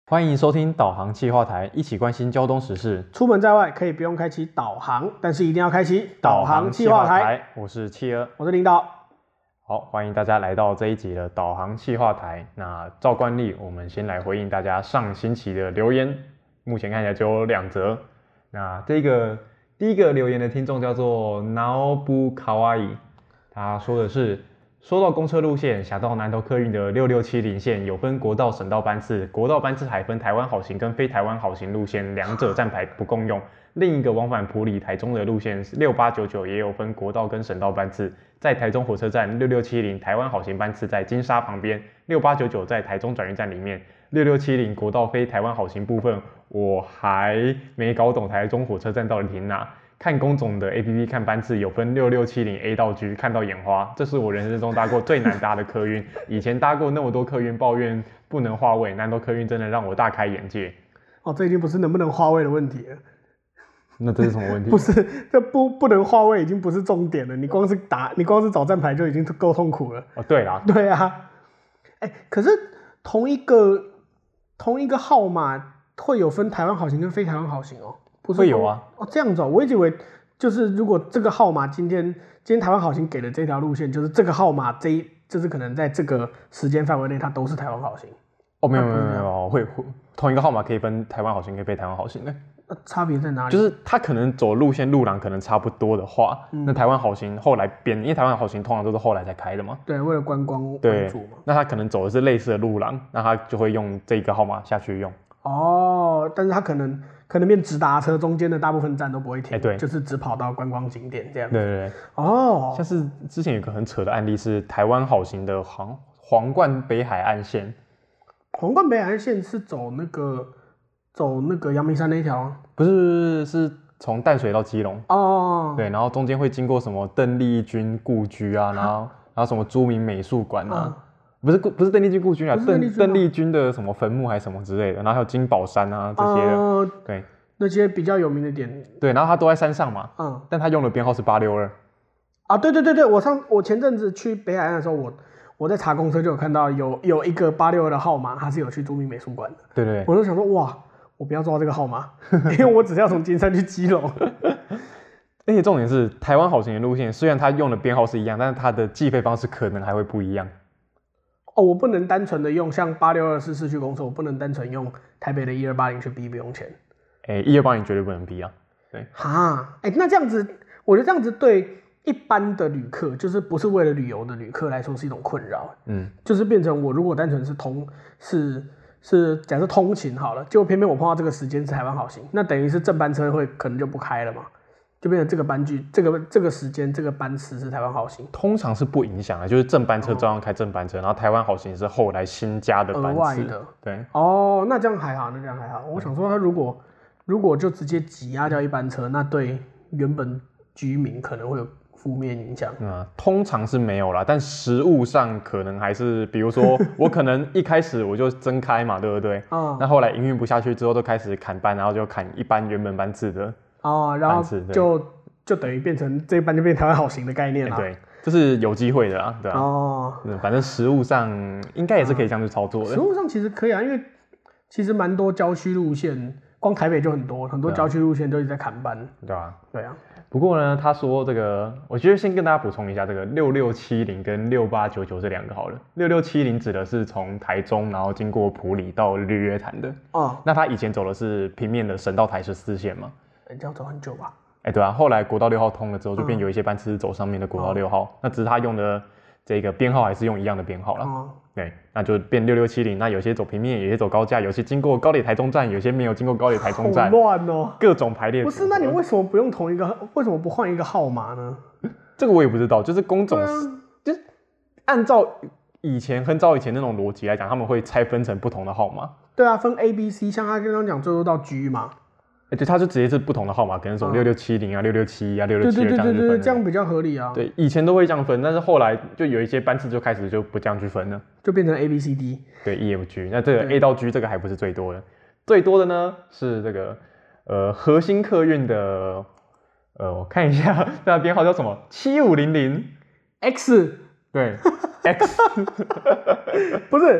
欢迎收听导航企划台，一起关心交通时事。 出门在外可以不用开启导航，但是一定要开启导航企划台。 我是企鹅， 我是领导。 好，欢迎大家来到这一集的导航企划台。那照惯例，我们先来回应大家上星期的留言，目前看起来就有2则。那第一个留言的听众叫做 Naobu Kawaii， 他说的是。说到公车路线，想到南投客运的6670线有分国道、省道班次，国道班次还分台湾好行跟非台湾好行路线，两者站牌不共用。另一个往返埔里、台中的路线6899也有分国道跟省道班次，在台中火车站6670台湾好行班次在金沙旁边，6899在台中转运站里面，6670国道非台湾好行部分，我还没搞懂台中火车站到底停哪。看工总的 APP 看班次有分6670 A 到 G， 看到眼花。这是我人生中搭过最难搭的客运。以前搭过那么多客运，抱怨不能划位，南投客运真的让我大开眼界。 哦，这已经不是能不能划位的问题了。 那这是什么问题？ 不是，这不能划位已经不是重点了。你光是找站牌就已经够痛苦了。 哦，对啦， 对啊。可是同一个号码会有分台湾好行跟非台湾好行哦。 会有啊， 哦，这样子哦，我一直以为就是如果这个号码今天台湾好行给的这条路线，就是这个号码就是可能在这个时间范围内它都是台湾好行。 哦，没有，会同一个号码可以分台湾好行跟非台湾好行的。 差别在哪里？ 就是它可能走路线路廊可能差不多的话，那台湾好行后来变，因为台湾好行通常都是后来才开的嘛。 对，为了观光为主嘛。 那它可能走的是类似的路廊，那它就会用这个号码下去用。 哦，但是它可能变直达车，中间的大部分站都不会停， 对， 就是只跑到观光景点这样。 对。 哦， 像是之前有个很扯的案例是台湾好行的皇冠北海岸线。 皇冠北海岸线是走那个阳明山那一条吗？ 不是，是从淡水到基隆。 哦， 对，然后中间会经过什么邓丽君故居啊，然后什么朱明美术馆啊。不是邓丽君故居啊，邓丽君的什么坟墓还是什么之类的，然后还有金宝山啊这些的，对， 那些比较有名的点， 对，然后它都在山上嘛，但它用的编号是862。 啊，对，我前阵子去北海岸的时候，我在查公车就有看到有一个862的号码，它是有去朱明美术馆的， 对，我就想说哇，我不要抓这个号码，因为我只是要从金山去基隆。 而且重点是台湾好行的路线，虽然它用的编号是一样，但是它的计费方式可能还会不一样。 哦，我不能单纯的用像862市区公车，我不能单纯用台北的1280去逼不用钱。 1280绝对不能逼啊。对。 那这样子，我觉得这样子对一般的旅客，就是不是为了旅游的旅客来说是一种困扰。就是变成我如果单纯是假设通勤好了，就偏偏我碰到这个时间是台湾好行，那等于是正班车可能就不开了嘛。就变成这个班距，这个时间，这个班次是台湾好行， 通常是不影响的，就是正班车照样开正班车，然后台湾好行是后来新加的班次，额外的， 对。 哦，那这样还好，我想说，他如果就直接挤压掉一班车，那对原本居民可能会有负面影响。 通常是没有啦，但实务上可能还是，比如说我可能一开始我就增开嘛，对不对？那后来营运不下去之后，都开始砍班，然后就砍一班原本班次的。 然后就等于变成这一班就变台湾好行的概念了。 对，这是有机会的啦，对啊。反正实务上应该也是可以这样去操作的。 实务上其实可以啊，因为其实蛮多郊区路线，光台北就很多郊区路线都一直在砍班。 对啊。 对啊。 不过呢，他说这个，我觉得先跟大家补充一下，这个6670跟6899这2个好了。6670指的是从台中，然后经过埔里到日月潭的。那他以前走的是平面的省道台14线嘛。 这样走很久吧？ 对啊，后来国道6号通了之后，就变有一些班次是走上面的国道6号，那只是他用的这个编号还是用一样的编号啦。对，那就变6670。那有些走平面，有些走高架，有些经过高铁台中站，有些没有经过高铁台中站， 好乱哦， 各种排列。 不是，那你为什么不用同一个？为什么不换一个号码呢？ 这个我也不知道，就是工种，就是按照很早以前那种逻辑来讲，他们会拆分成不同的号码。 对啊，分 A、B、C， 像他刚刚讲最后到 G 嘛。 对，它就直接是不同的号码，可能什么6670啊、667啊、667这样子分。 这样比较合理啊。 对，以前都会这样分，但是后来就有一些班次就开始就不这样去分了， 就变成 A、B、C、D。对 ，E、F、G。那这个 A 到 G 这个还不是最多的，最多的呢是这个核心客运的，我看一下，它的编号叫什么？7500 X。 对，X。 不是。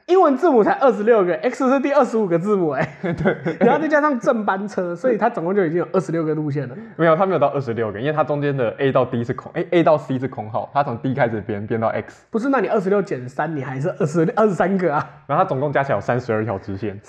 英文字母才26个 ，X 是第25个字母对， 然后再加上正班车，所以它总共就已经有26个路线了。 没有，它没有到26个，因为它中间的 A 到 D 是空，A 到 C 是空号，它从 D 开始编到 X。 不是，那你26减3，你还是23个啊？ 然后它总共加起来有32条支线。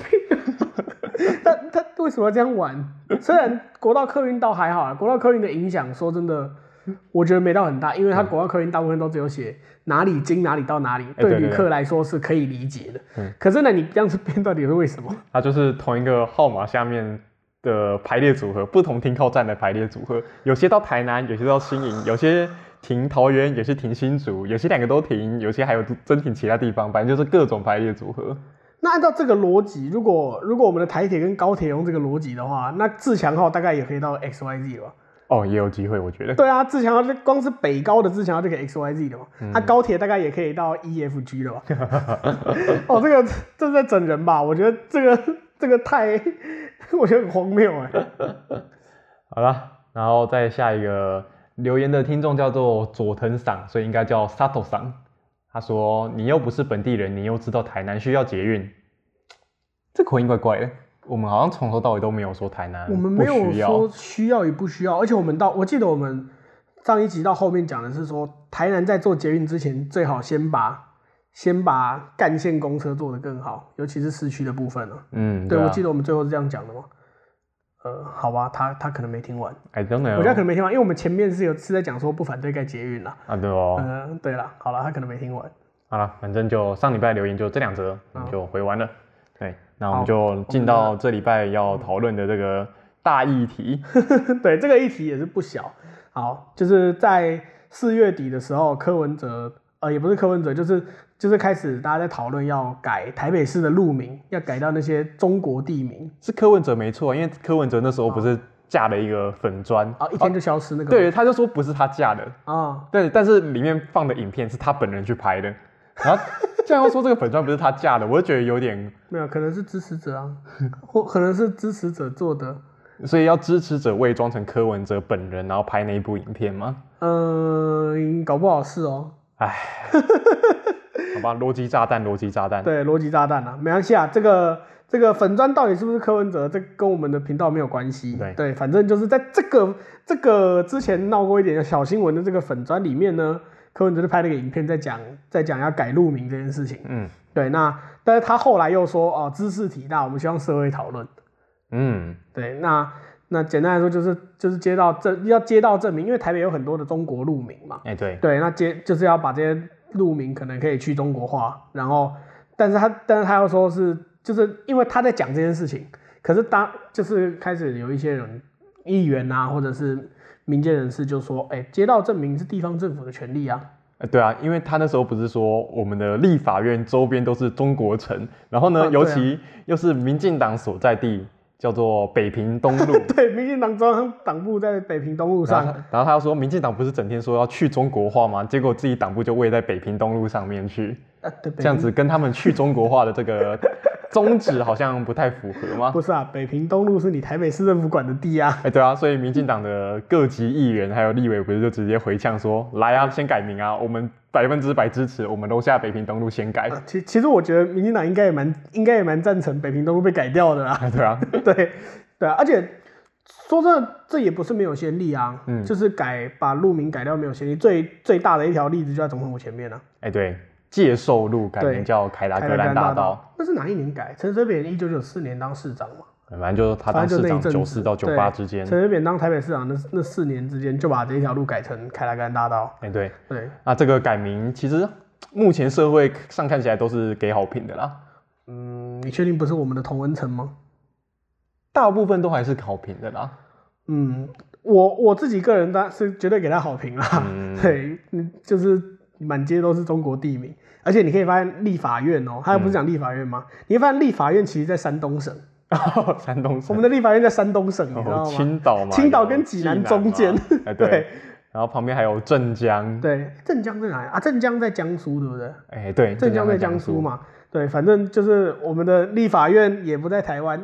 他为什么要这样玩？虽然国道客运道还好啊，国道客运的影响，说真的，我觉得没到很大，因为它国道客运大部分都只有写哪里经哪里到哪里，对旅客来说是可以理解的。可是呢，你这样子编到底是为什么？ 它就是同一个号码下面的排列组合，不同停靠站的排列组合，有些到台南，有些到新营，有些停桃园，有些停新竹，有些2个都停，有些还有增停其他地方，反正就是各种排列组合。 那按照这个逻辑，如果我们的台铁跟高铁用这个逻辑的话，那自强号大概也可以到 XYZ 了吧？哦， 也有机会，我觉得。 对啊，自强号光是北高的自强号就可以 XYZ 的嘛，那高铁大概也可以到 EFG 了吧？哦，这是在整人吧？我觉得这个太，我觉得很荒谬好了，然后再下一个留言的听众叫做佐藤桑，所以应该叫 Sato 桑。他说：“你又不是本地人，你又知道台南需要捷运，这口音怪怪的。我们好像从头到尾都没有说台南不需要， 我们没有说需要与不需要，而且我记得我们上一集到后面讲的是说，台南在做捷运之前，最好先把干线公车做得更好，尤其是市区的部分了。对，我记得我们最后是这样讲的嘛。好吧，他可能没听完。 I don't know， 我觉得可能没听完，因为我们前面是在讲说不反对盖捷运啦。 对哦。 对啦，好了，他可能没听完。 好了，反正就上礼拜留言就这2则，就回完了。对，那我们就进到这礼拜要讨论的这个大议题。 对，这个议题也是不小。好，就是在4月底的时候，柯文哲，也不是柯文哲，就是开始大家在讨论要改台北市的路名，要改到那些中国地名。 是柯文哲没错，因为柯文哲那时候不是架了一个粉专， 一天就消失那个。 对，他就说不是他架的对，但是里面放的影片是他本人去拍的，然后这样说这个粉专不是他架的，我就觉得有点没有，可能是支持者啊，或可能是支持者做的。 所以要支持者伪装成柯文哲本人，然后拍那一部影片吗？ 搞不好是哦。 唉。好吧，逻辑炸弹。 对，逻辑炸弹啊，没关系啊。这个粉专到底是不是柯文哲，这跟我们的频道没有关系。对，反正就是在这个之前闹过一点小新闻的这个粉专里面呢，柯文哲就拍了一个影片，在讲要改路名这件事情。对，但是他后来又说知识体大，我们希望社会讨论。对，那简单来说就是要街道证明，因为台北有很多的中国路名嘛。对，那就是要把这些路名可能可以去中国化，然后但是他又说就是因为他在讲这件事情，可是就是开始有一些人议员啊或者是民间人士就说，街道证明是地方政府的权利啊。 对啊，因为他那时候不是说我们的立法院周边都是中国城，然后呢，尤其又是民进党所在地。叫做北平东路， 对，民进党中央党部在北平东路上。 然后他又说，民进党不是整天说要去中国化吗？结果自己党部就位在北平东路上面去，这样子跟他们去中国化的这个宗旨好像不太符合吗？ 不是啊，北平东路是你台北市政府管的地啊。 对啊，所以民进党的各级议员还有立委不是就直接回呛说，来啊，先改名啊，我们100%支持，我们楼下北平东路先改。 其实我觉得民进党应该也蛮赞成北平东路被改掉的啦。 对啊， 对啊，而且说真的，这也不是没有先例啊。就是把路名改掉没有先例，最大的一条例子就在总统府前面啊。 对，介寿路改名叫凯达格兰大道。 那是哪一年改？陈水扁1994年当市长嘛。 反正就是他当市长94到98之间， 陈水扁当台北市长那4年之间，就把这一条路改成凯达格兰大道。 对。那这个改名其实目前社会上看起来都是给好评的啦。 你确定不是我们的同温层吗？ 大部分都还是好评的啦。 我自己个人当然是绝对给他好评啦。对，就是满街都是中国地名，而且你可以发现立法院他又不是讲立法院吗？你会发现立法院其实在山东省。 山东省， 我们的立法院在山东省，你知道吗？ 青岛嘛， 青岛跟济南中间。 对。然后旁边还有镇江。对， 镇江在哪里啊？镇江在江苏，对不对？ 对， 镇江在江苏嘛。对，反正就是我们的立法院也不在台湾。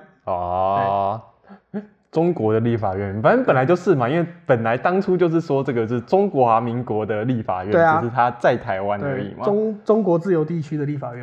中国的立法院，反正本来就是嘛，因为本来当初就是说这个是中华民国的立法院，只是它在台湾而已嘛。 中国自由地区的立法院嘛。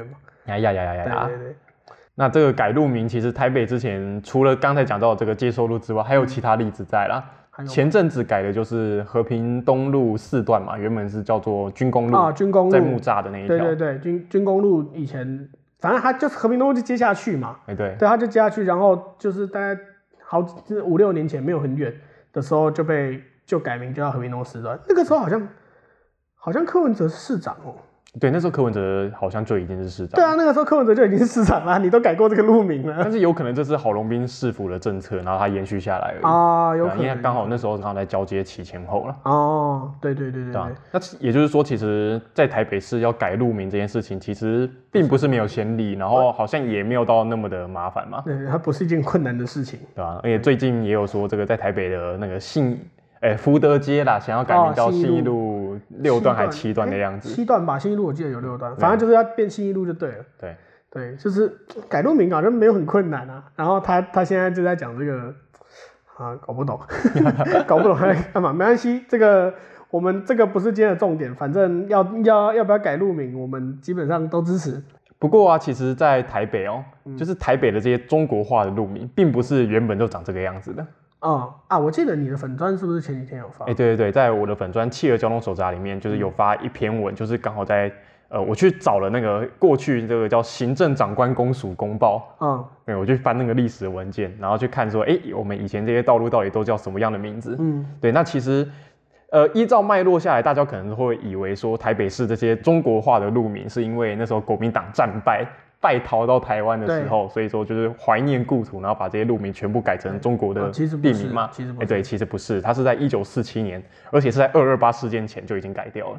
呀呀呀呀呀！ 对对对。 那这个改路名，其实台北之前除了刚才讲到的这个接收路之外，还有其他例子在啦。前阵子改的就是和平东路4段嘛，原本是叫做军工路军工路在木栅的那一条。 对对对，军工路以前反正它就是和平东路就接下去嘛。 对， 它就接下去，然后就是大概就是5、6年前没有很远的时候就改名叫和平东4段。那个时候好像柯文哲是市长哦。 对，那时候柯文哲好像就已经是市长。 对啊，那个时候柯文哲就已经是市长了，你都改过这个路名了。 但是有可能这是郝龙斌市府的政策，然后他延续下来而已。 有可能， 因为刚好那时候刚好在交接期前后了。对。 那也就是说，其实，在台北市要改路名这件事情，其实并不是没有先例，然后好像也没有到那么的麻烦嘛。 对，它不是一件困难的事情。 对吧？而且最近也有说，这个在台北的那个福德街啦，想要改名叫信义路6段还7段的样子。 7段吧，信义路我记得有6段，反正就是要变信义路就对了。对，就是改路名好像没有很困难啊。然后他现在就在讲这个搞不懂，搞不懂他在干嘛？没关系，我们这个不是今天的重点，反正要不要改路名，我们基本上都支持。 不过啊，其实，在台北就是台北的这些中国化的路名，并不是原本就长这个样子的。 我记得你的粉专是不是前几天有发？ 对，在我的粉专企鹅交通手札里面，就是有发一篇文，就是刚好在我去找了那个过去这个叫行政长官公署公报，对，我去翻那个历史的文件，然后去看说，我们以前这些道路到底都叫什么样的名字？对，那其实依照脉络下来，大家可能会以为说台北市这些中国化的路名是因为那时候国民党战败逃到台湾的时候，所以说就是怀念故土，然后把这些路名全部改成中国的地名嘛。 其实不是， 对，其实不是，它是在1947年，而且是在228事件前就已经改掉了。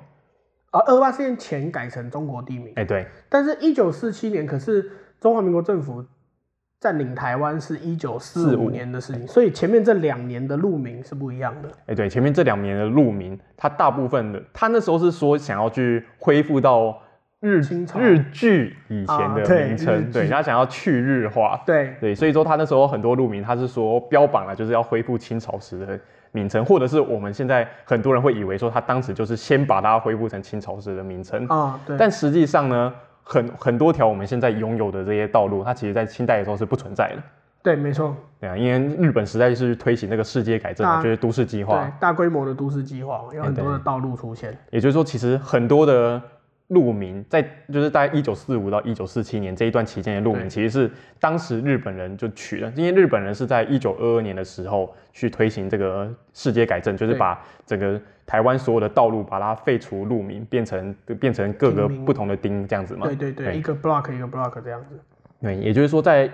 228事件前改成中国地名。 对。 但是1947年，可是中华民国政府占领台湾是1945年的事情，所以前面这2年的路名是不一样的。 对，前面这2年的路名，它大部分的，他那时候是说想要去恢复到日据以前的名称，对，他想要去日化，对，所以说他那时候很多路名，他是说标榜了就是要恢复清朝时的名称，或者是我们现在很多人会以为说他当时就是先把它恢复成清朝时的名称， 对， 但实际上呢，很多条我们现在拥有的这些道路，它其实在清代的时候是不存在的。 对，没错。 对啊，因为日本时代是推行那个世界改正嘛，就是都市计划， 对，大规模的都市计划，有很多的道路出现。 也就是说，其实很多的路名就是大概1945到1947年这一段期间的路名，其实是当时日本人就取了，因为日本人是在1922年的时候去推行这个世界改正，就是把整个台湾所有的道路把它废除路名，变成各个不同的町这样子嘛。 对，一个 block 一个 block 这样子。 对，也就是说，在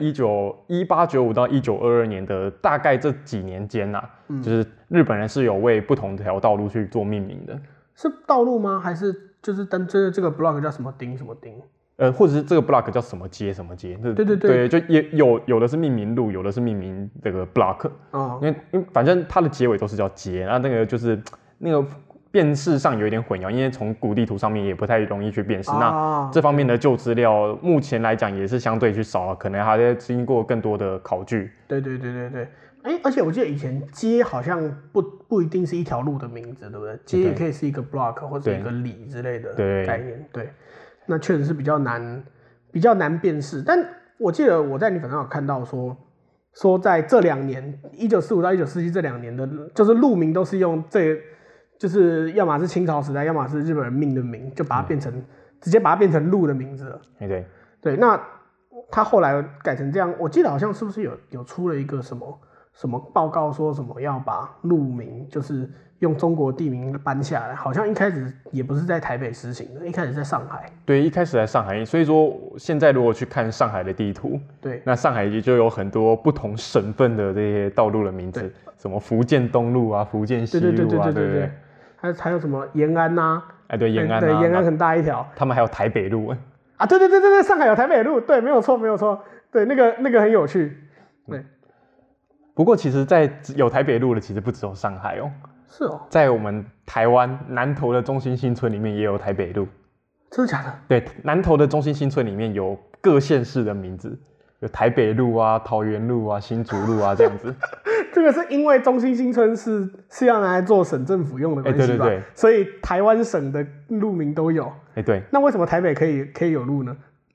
1895到1922年的大概这几年间就是日本人是有为不同条道路去做命名的。 是道路吗？还是就是这个 block 叫什么町什么町？ 或者是这个 block 叫什么街什么街？对，就也有的是命名路，有的是命名这个 block。因为反正它的结尾都是叫街，那个就是那个辨识上有一点混淆，因为从古地图上面也不太容易去辨识。那这方面的旧资料目前来讲也是相对去少了，可能还要经过更多的考据。 对。而且我记得以前街好像不一定是一条路的名字，对不对？街也可以是一个 block 或者一个里之类的概念。对，那确实是比较难辨识。但我记得我在你粉上有看到说在这2年，1945到1947这2年的，就是路名都是用就是要么是清朝时代，要么是日本人命的名，就把它直接把它变成路的名字了。对，那他后来改成这样，我记得好像是不是有出了一个什么报告，说什么要把路名就是用中国地名搬下来，好像一开始也不是在台北实行的，一开始在上海。 对，一开始在上海，所以说现在如果去看上海的地图， 对， 那上海也就有很多不同省份的这些道路的名字，什么福建东路啊、福建西路啊，对。 还有什么延安呐？ 对，延安， 对，延安很大一条。 他们还有台北路对，上海有台北路，对，没有错，对，那个很有趣，对。 不过其实，在有台北路的其实不只有上海哦。 是哦。 在我们台湾南投的中心新村里面也有台北路。 真的假的？ 对，南投的中心新村里面有各县市的名字，有台北路啊、桃园路啊、新竹路啊这样子。 这个是因为中心新村是要拿来做省政府用的关系吧？ 对， 所以台湾省的路名都有。 对。 那为什么台北可以有路呢？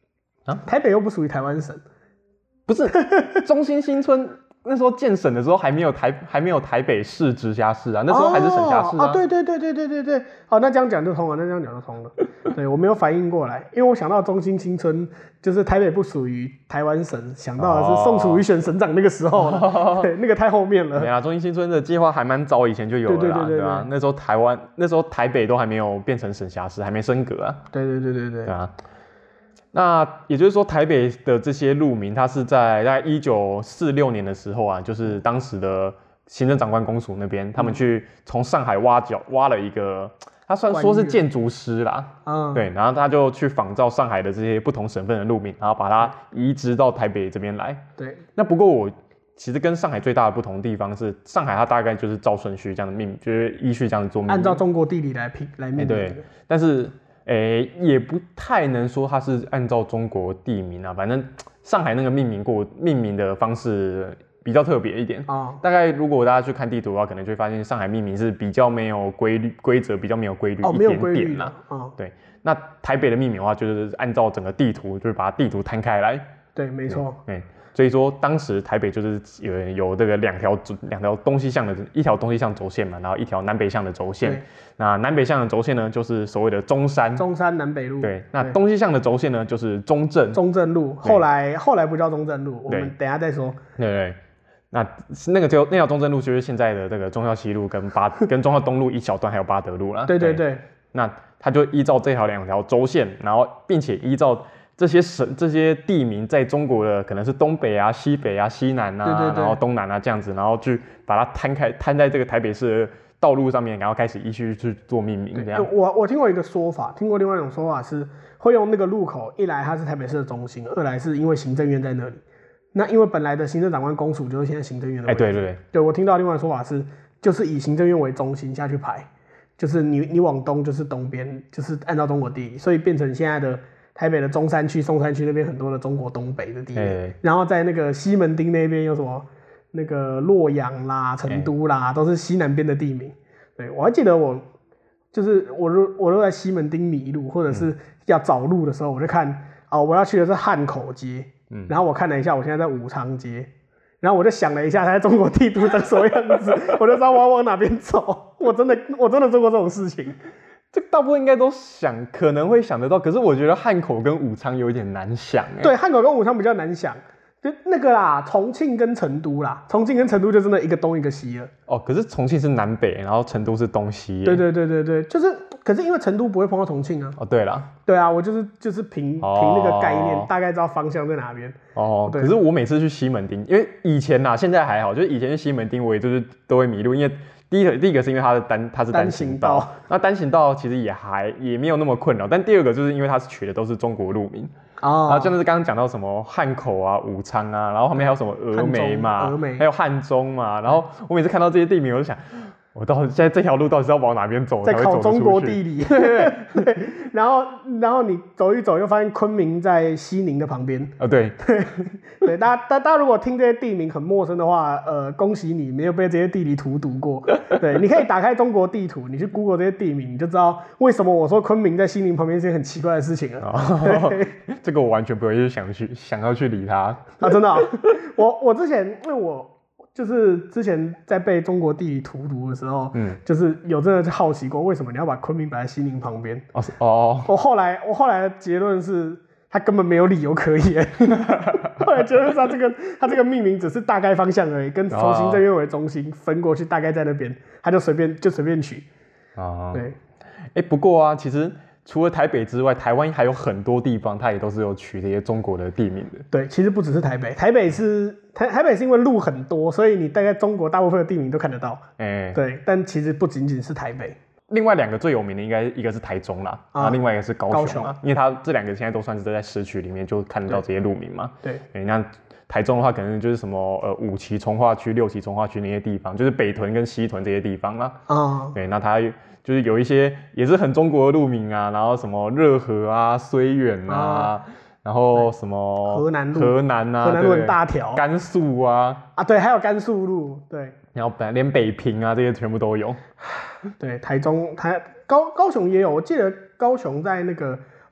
啊？台北又不属于台湾省， 不是中心新村。那时候建省的时候还没有台北市直辖市啊，那时候还是省辖市啊。 对，好，那这样讲就通了，对，我没有反应过来，因为我想到中心新村就是台北不属于台湾省，想到的是宋楚瑜选省长那个时候了，对，那个太后面了。 对啊，中心新村的计划还蛮早以前就有了啦，对啊，那时候台北都还没有变成省辖市，还没升格啊。 对啊。那也就是说，台北的这些路民，他是在大概1946年的时候啊，就是当时的行政长官公署那边，他们去从上海挖了一个，他算说是建筑师啦，对，然后他就去仿照上海的这些不同省份的路民，然后把它移植到台北这边来。 对， 那不过我其实跟上海最大的不同的地方是，上海它大概就是照顺序这样的命名，就是依序这样做命名， 按照中国地理来命名。 对，但是。也不太能说它是按照中国地名啊，反正上海那个命名的方式比较特别一点啊。大概如果大家去看地图的话，可能就会发现上海命名是比较没有规则，比较没有规律一点点啦。对，那台北的命名的话，就是按照整个地图，就是把地图摊开来。 对，没错。 所以说当时台北就是有这个两条东西向的，一条东西向轴线嘛，然后一条南北向的轴线。那南北向的轴线呢，就是所谓的中山南北路。 对，那东西向的轴线呢，就是中正路。后来不叫中正路，我们等一下再说。 对。那条中正路就是现在的这个忠孝西路跟忠孝东路一小段，还有八德路啦。 对。 那他就依照这两条轴线，然后并且依照这些地名在中国的可能是东北啊、西北啊、西南啊，然后东南啊这样子，然后去把它摊在这个台北市的道路上面，然后开始依序去做命名。这样， 我听过一个说法，听过另外一种说法是会用那个路口，一来它是台北市的中心，二来是因为行政院在那里。那因为本来的行政长官公署就是现在行政院的位置。对，我听到另外的说法是，就是以行政院为中心下去排，就是你往东就是东边，就是按照中国地理，所以变成现在的。台北的中山区、松山区那边很多的中国东北的地名，然后在那个西门町那边有什么那个洛阳啦、成都啦，都是西南边的地名。对，我还记得我如果在西门町迷路或者是要找路的时候，我就看我要去的是汉口街，然后我看了一下，我现在在武昌街，然后我就想了一下，它在中国地图长什么样子，我就知道我要往哪边走。我真的做过这种事情。 这大部分应该都可能会想得到，可是我觉得汉口跟武昌有一点难想。 对，汉口跟武昌比较难想，就那个啦，重庆跟成都啦，重庆跟成都就真的一个东一个西了。 可是重庆是南北，然后成都是东西。 对，就是，可是因为成都不会碰到重庆啊。 对啦。 对啊，我就是凭那个概念，大概知道方向在哪边。 可是我每次去西门町，因为以前啦，现在还好，就是以前去西门町，我也就是都会迷路，因为。第一个是因为它是单行道，那单行道其实也没有那么困扰，但第二个就是因为它取的都是中国路名然后像是刚刚讲到什么汉口啊、武昌啊，然后旁边还有什么峨眉嘛，还有汉中嘛，然后我每次看到这些地名，我就想。我到现在这条路到底是要往哪边走？ 在考中国地理，对，然后你走一走，又发现昆明在西宁的旁边。 对， 大家如果听这些地名很陌生的话，恭喜你没有被这些地理图读过。对，你可以打开中国地图，你去 Google 这些地名，你就知道为什么我说昆明在西宁旁边是件很奇怪的事情了。 这个我完全不会想要去理它真的我之前因为我。就是之前在背中国地理图读的时候，就是有真的好奇过，为什么你要把昆明摆在西宁旁边？我后来的结论是，他根本没有理由可言。后来结论是他这个命名只是大概方向而已，跟从行政院为中心分过去，大概在那边，他就随便取。 对，不过啊，其实。除了台北之外，台湾还有很多地方，它也都是有取这些中国的地名的。 对，其实不只是台北，台北是因为路很多，所以你大概中国大部分的地名都看得到。对，但其实不仅仅是台北。 另外两个最有名的应该一个是台中啦，另外一个是高雄因为它这两个现在都算是在市区里面就看得到这些路名嘛。 对， 那台中的话，可能就是什么5期重划区、6期重划区那些地方，就是北屯跟西屯这些地方啦。对，那它。就是有一些也是很中国的路名啊，然后什么热河啊、绥远啊，然后什么河南啊，河南路很大条， 甘肃啊， 对，还有甘肃路，对， 然后连北平啊这些全部都有。 对，台中、高雄也有，我记得高雄在那个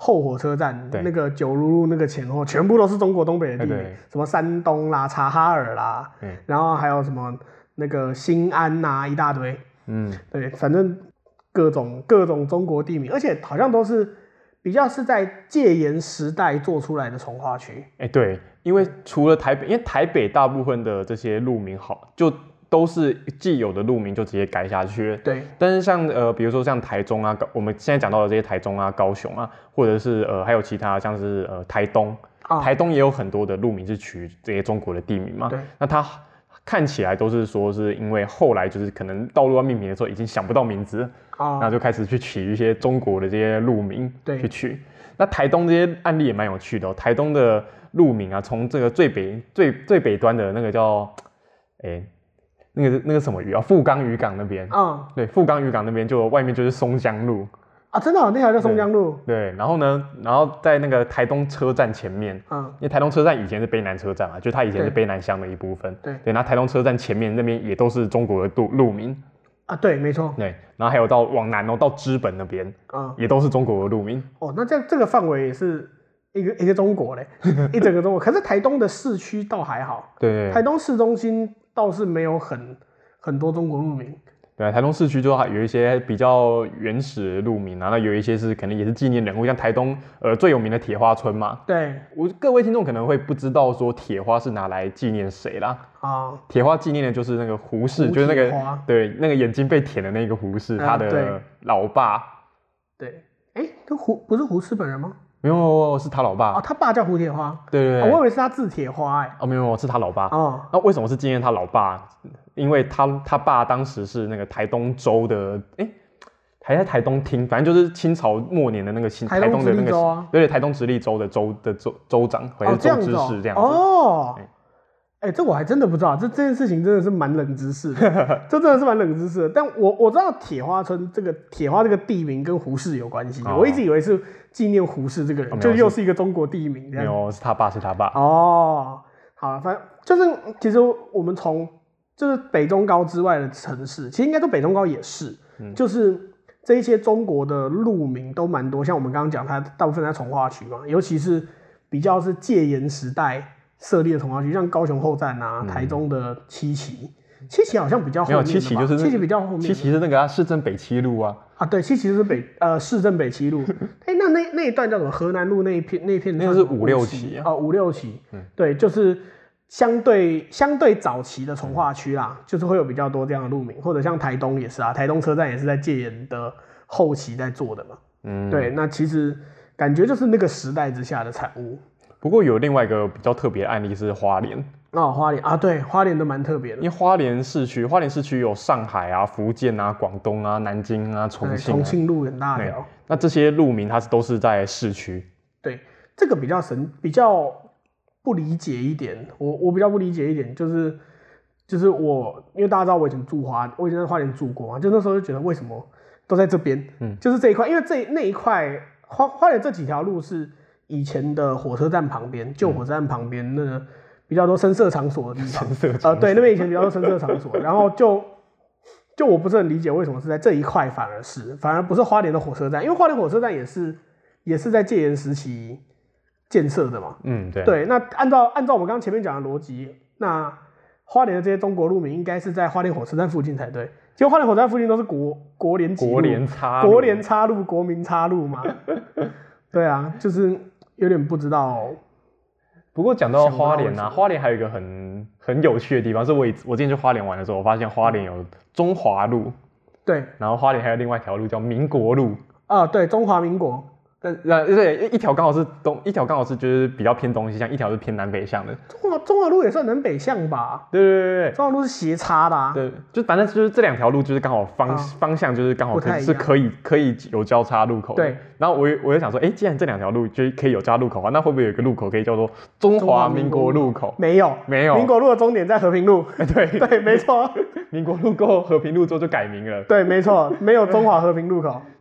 后火车站那个九如路那个前后，全部都是中国东北的地名，什么山东啦、察哈尔啦，然后还有什么那个新安呐，一大堆。对，反正各种中国地名，而且好像都是比较是在戒严时代做出来的从化区。 对，因为除了台北，因为台北大部分的这些路名就都是既有的路名就直接改下去了。 对， 但是像比如说像台中啊，我们现在讲到的这些台中啊、高雄啊，或者是还有其他像是台东，台东也有很多的路名是取这些中国的地名嘛。 对， 那它看起来都是说是因为后来就是可能道路要命名的时候已经想不到名字，那就开始去取一些中国的这些路名去取。那台东这些案例也蛮有趣的哦。台东的路名啊，从这个最北端的那个叫那个什么渔啊，富冈渔港那边，对，富冈渔港那边就外面就是松江路啊，真的那条叫松江路。 对，然后在那个台东车站前面，因为台东车站以前是卑南车站嘛，就它以前是卑南乡的一部分。对，那台东车站前面那边也都是中国的路名啊，对，没错。 对，然后还有往南到知本那边，也都是中国的路名。 那这个范围也是一个中国嘞，一整个中国。可是台东的市区倒还好， 对， 台东市中心倒是没有很多中国路名。 对，台东市区就有一些比较原始的路名啊，那有一些是可能也是纪念人物，像台东最有名的铁花村嘛。 对， 各位听众可能会不知道说铁花是拿来纪念谁啦。铁花纪念的就是那个胡适，就是那个那个眼睛被舔的那个胡适，他的老爸。 对，不是胡适本人吗？ 没有，是他老爸。 他爸叫胡铁花。对，我以为是他字铁花没有，是他老爸。那为什么是纪念他老爸？因为他爸当时是那个台东州的，还在台东厅，反正就是清朝末年的那个台东的那个，对，台东直隶州的州长或者州知事这样子。 这我还真的不知道，这件事情真的是蛮冷知识的，这真的是蛮冷知识的。但我知道铁花村铁花这个地名跟胡适有关系，我一直以为是纪念胡适这个人，就又是一个中国地名这样。 没有，是他爸。 好，反正就是其实我们从就是北中高之外的城市，其实应该说北中高也是，就是这一些中国的路名都蛮多，像我们刚刚讲，它大部分在从化区嘛，尤其是比较是戒严时代设立的从化区，像高雄后站啊，台中的七期好像比较后面的吧， 没有，七期就是七期比较后面， 七期是那个市政北七路啊。 对，七期是市政北七路。那一段叫什么？河南路那一片那个是5、6期啊。 5、6期。对，就是相对早期的从化区啦，就是会有比较多这样的路名，或者像台东也是啊，台东车站也是在戒严的后期在做的嘛。对，那其实感觉就是那个时代之下的产物。 不过有另外一个比较特别的案例是花莲。 花莲啊，对，花莲都蛮特别的， 因为花莲市区有上海啊、福建啊、广东啊、南京啊、重庆。 重庆路很大条。 那这些路名它都是在市区。 对，这个比较不理解一点，我比较不理解一点，就是因为大家知道我以前在花莲住过嘛，就那时候就觉得为什么都在这边，就是这一块，因为那一块花莲这几条路是以前的火车站旁边，旧火车站旁边那个比较多声色场所的地方。对，那边以前比较多声色场所，然后就我不是很理解为什么是在这一块，反而不是花莲的火车站，因为花莲火车站也是在戒严时期建设的嘛。对。那按照我们刚刚前面讲的逻辑，那花莲的这些中国路名应该是在花莲火车站附近才对，结果花莲火车站附近都是国联岔路、国民岔路嘛。对啊，就是有点不知道。 不过讲到花莲啊，花莲还有一个很有趣的地方，是我之前去花莲玩的时候，我发现花莲有中华路。对。然后花莲还有另外一条路叫民国路。 对，中华民国。 对，一条刚好是一条刚好是就是比较偏东西向，一条是偏南北向的。 中华路也算南北向吧？ 对， 中华路是斜插的。对， 就反正就是这两条路就是刚好方向就是刚好是可以有交叉路口的。对。然后我就想说，既然这两条路就可以有交叉路口的话，那会不会有一个路口可以叫做中华民国路口？ 没有。民国路的终点在和平路。对，没错。 民国路过和平路之后就改名了。 对，没错，没有中华和平路口。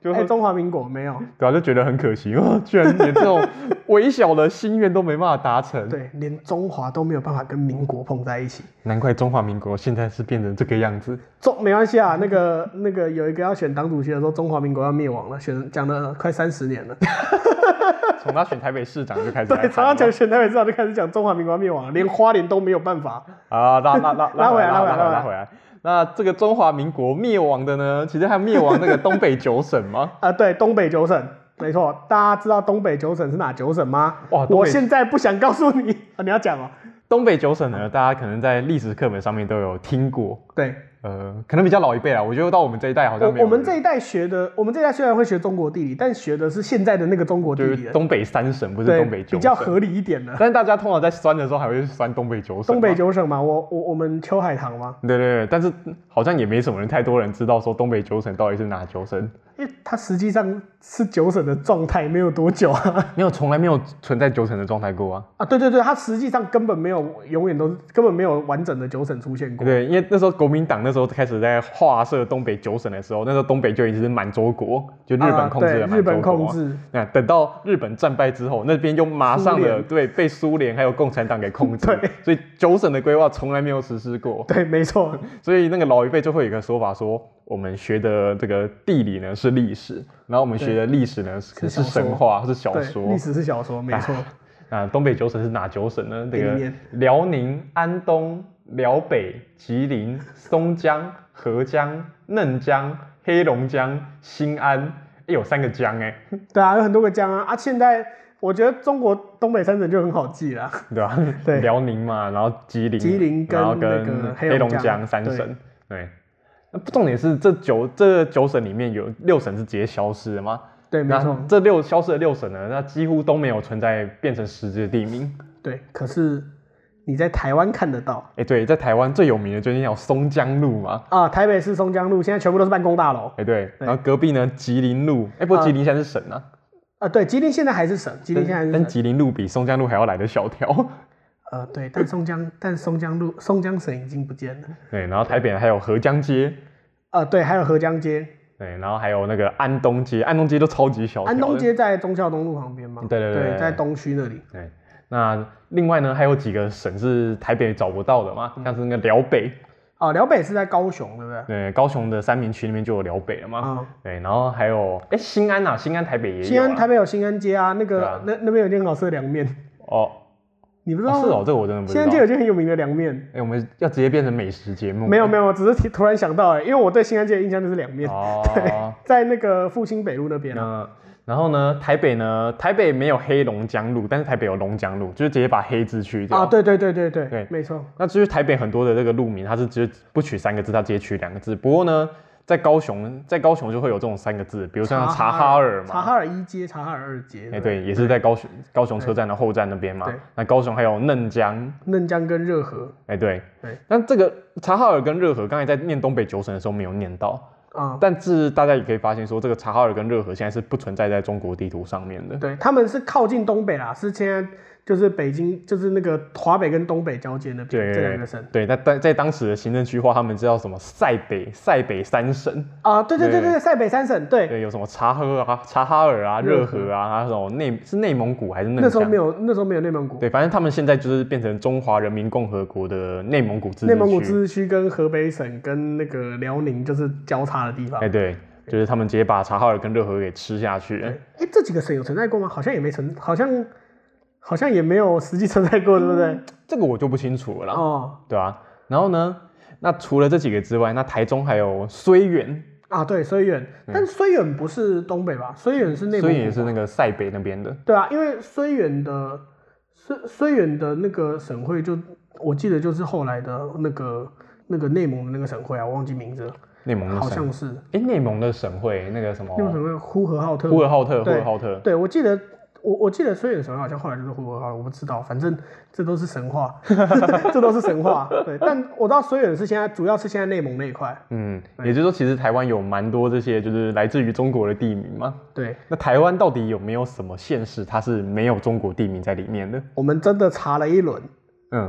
就中华民国没有， 对啊，就觉得很可惜，居然连这种微小的心愿都没办法达成。 对，连中华都没有办法跟民国碰在一起。 难怪中华民国现在是变成这个样子。 没关系啊，那个有一个要选党主席的时候，中华民国要灭亡了，讲了快30年了。 从他选台北市长就开始， 对，从他选台北市长就开始讲中华民国要灭亡了，连花莲都没有办法。 啊，拉回来。那这个中华民国灭亡的呢，其实还灭亡那个东北9省吗？ 对，东北9省，没错。大家知道东北9省是哪9省吗？哇，我现在不想告诉你，你要讲哦。 东北9省呢，大家可能在历史课本上面都有听过。 对。 可能比较老一辈啦，我觉得到我们这一代好像没有。 我们这一代虽然会学中国地理，但学的是现在的那个中国地理， 就是东北3省，不是东北9省， 比较合理一点的。 但是大家通常在酸的时候还会酸东北9省。 东北9省嘛，我们秋海棠嘛。 对，但是好像也没什么人，太多人知道说东北9省到底是哪9省。 因为它实际上是9省的状态，没有多久啊。 从来没有存在9省的状态过啊。 对，它实际上根本没有完整的9省出现过。 对，因为那时候国民党那时候开始在划设东北9省的时候，那时候东北就已经是满洲国，就日本控制的满洲国。 日本控制。 那等到日本战败之后，那边就马上的被苏联还有共产党给控制。对，所以9省的规划从来没有实施过。 对，没错。 所以那个老一辈就会有一个说法说，我们学的这个地理呢是历史，然后我们学的历史呢是神话，是小说。 历史是小说，没错。 东北9省是哪9省呢？这个辽宁、安东、辽北、吉林、松江、合江、嫩江、黑龙江、新安，有3个江哎。 对啊，有很多个江啊。现在我觉得中国东北3省就很好记了， 对吧？对，辽宁嘛，然后吉林跟那个黑龙江3省，对。重点是这9省里面有6省是直接消失的吗？ 对，没错。 这消失的6省呢，那几乎都没有存在变成实质的地名。 对，可是你在台湾看得到。 对，在台湾最有名的就是那条松江路嘛。 台北市松江路现在全部都是办公大楼。 对。然后隔壁呢，吉林路。不过吉林现在是省啊。 对，吉林现在还是省， 但吉林路比松江路还要来得小条。 对，但松江省已经不见了。 对，然后台北还有合江街。 对，还有合江街。 对，然后还有那个安东街，安东街都超级小条。 安东街在忠孝东路旁边嘛？ 对， 在东区那里。 对，那另外呢，还有几个省是台北找不到的嘛，像是那个辽北。 辽北是在高雄，对不对？ 对，高雄的3民区里面就有辽北了嘛。对，然后还有新安啊，新安台北也有。 新安台北有新安街啊，那边有间好吃的凉面。你不知道吗？ 是这个我真的不知道。 新安街有间很有名的凉面。 我们要直接变成美食节目？ 没有，我只是突然想到，因为我对新安街的印象就是凉面。对，在那个复兴北路那边啊。 然后呢，台北没有黑龙江路，但是台北有龙江路，就是直接把黑字去掉。 对，没错。 那至于台北很多的这个路名，它是直接不取3个字，它直接取2个字。不过呢，在高雄就会有这种3个字，比如像察哈尔嘛， 察哈尔1街、察哈尔2街。 对，也是在高雄车站的后站那边嘛。那高雄还有嫩江跟热河。 对。但这个察哈尔跟热河，刚才在念东北9省的时候没有念到。但是大家也可以发现说，这个察哈尔跟热河现在是不存在在中国地图上面的。 对，他们是靠近东北啦，是现在就是北京，就是那个华北跟东北交界那边这2个省。 对，在当时的行政区划，他们知道什么塞北3省对，塞北3省，对， 有什么察哈尔啊、热河啊，还有什么是内蒙古还是嫩江？ 那时候没有内蒙古。 对，反正他们现在就是变成中华人民共和国的内蒙古自治区。 内蒙古自治区跟河北省跟那个辽宁就是交叉的地方。 对，就是他们直接把察哈尔跟热河给吃下去了。 这几个省有存在过吗？好像也没好像也没有实际存在过，对不对？ 这个我就不清楚了啦。对啊。然后呢，那除了这几个之外，那台中还有绥远。 对，绥远，但绥远不是东北吧？绥远是内蒙古。 绥远是那个塞北那边的。 对啊，因为绥远的那个省会我记得就是后来的那个内蒙的那个省会啊，我忘记名字了。 内蒙的好像是。 内蒙的省会那个什么？ 内蒙省会呼和浩特。对，我记得绥远省会好像后来就是呼和浩特，我不知道，反正这都是神话，这都是神话。对，但我知道绥远主要是现在内蒙那一块。 也就是说，其实台湾有蛮多这些就是来自于中国的地名嘛。 对， 那台湾到底有没有什么县市它是没有中国地名在里面的？ 我们真的查了一轮。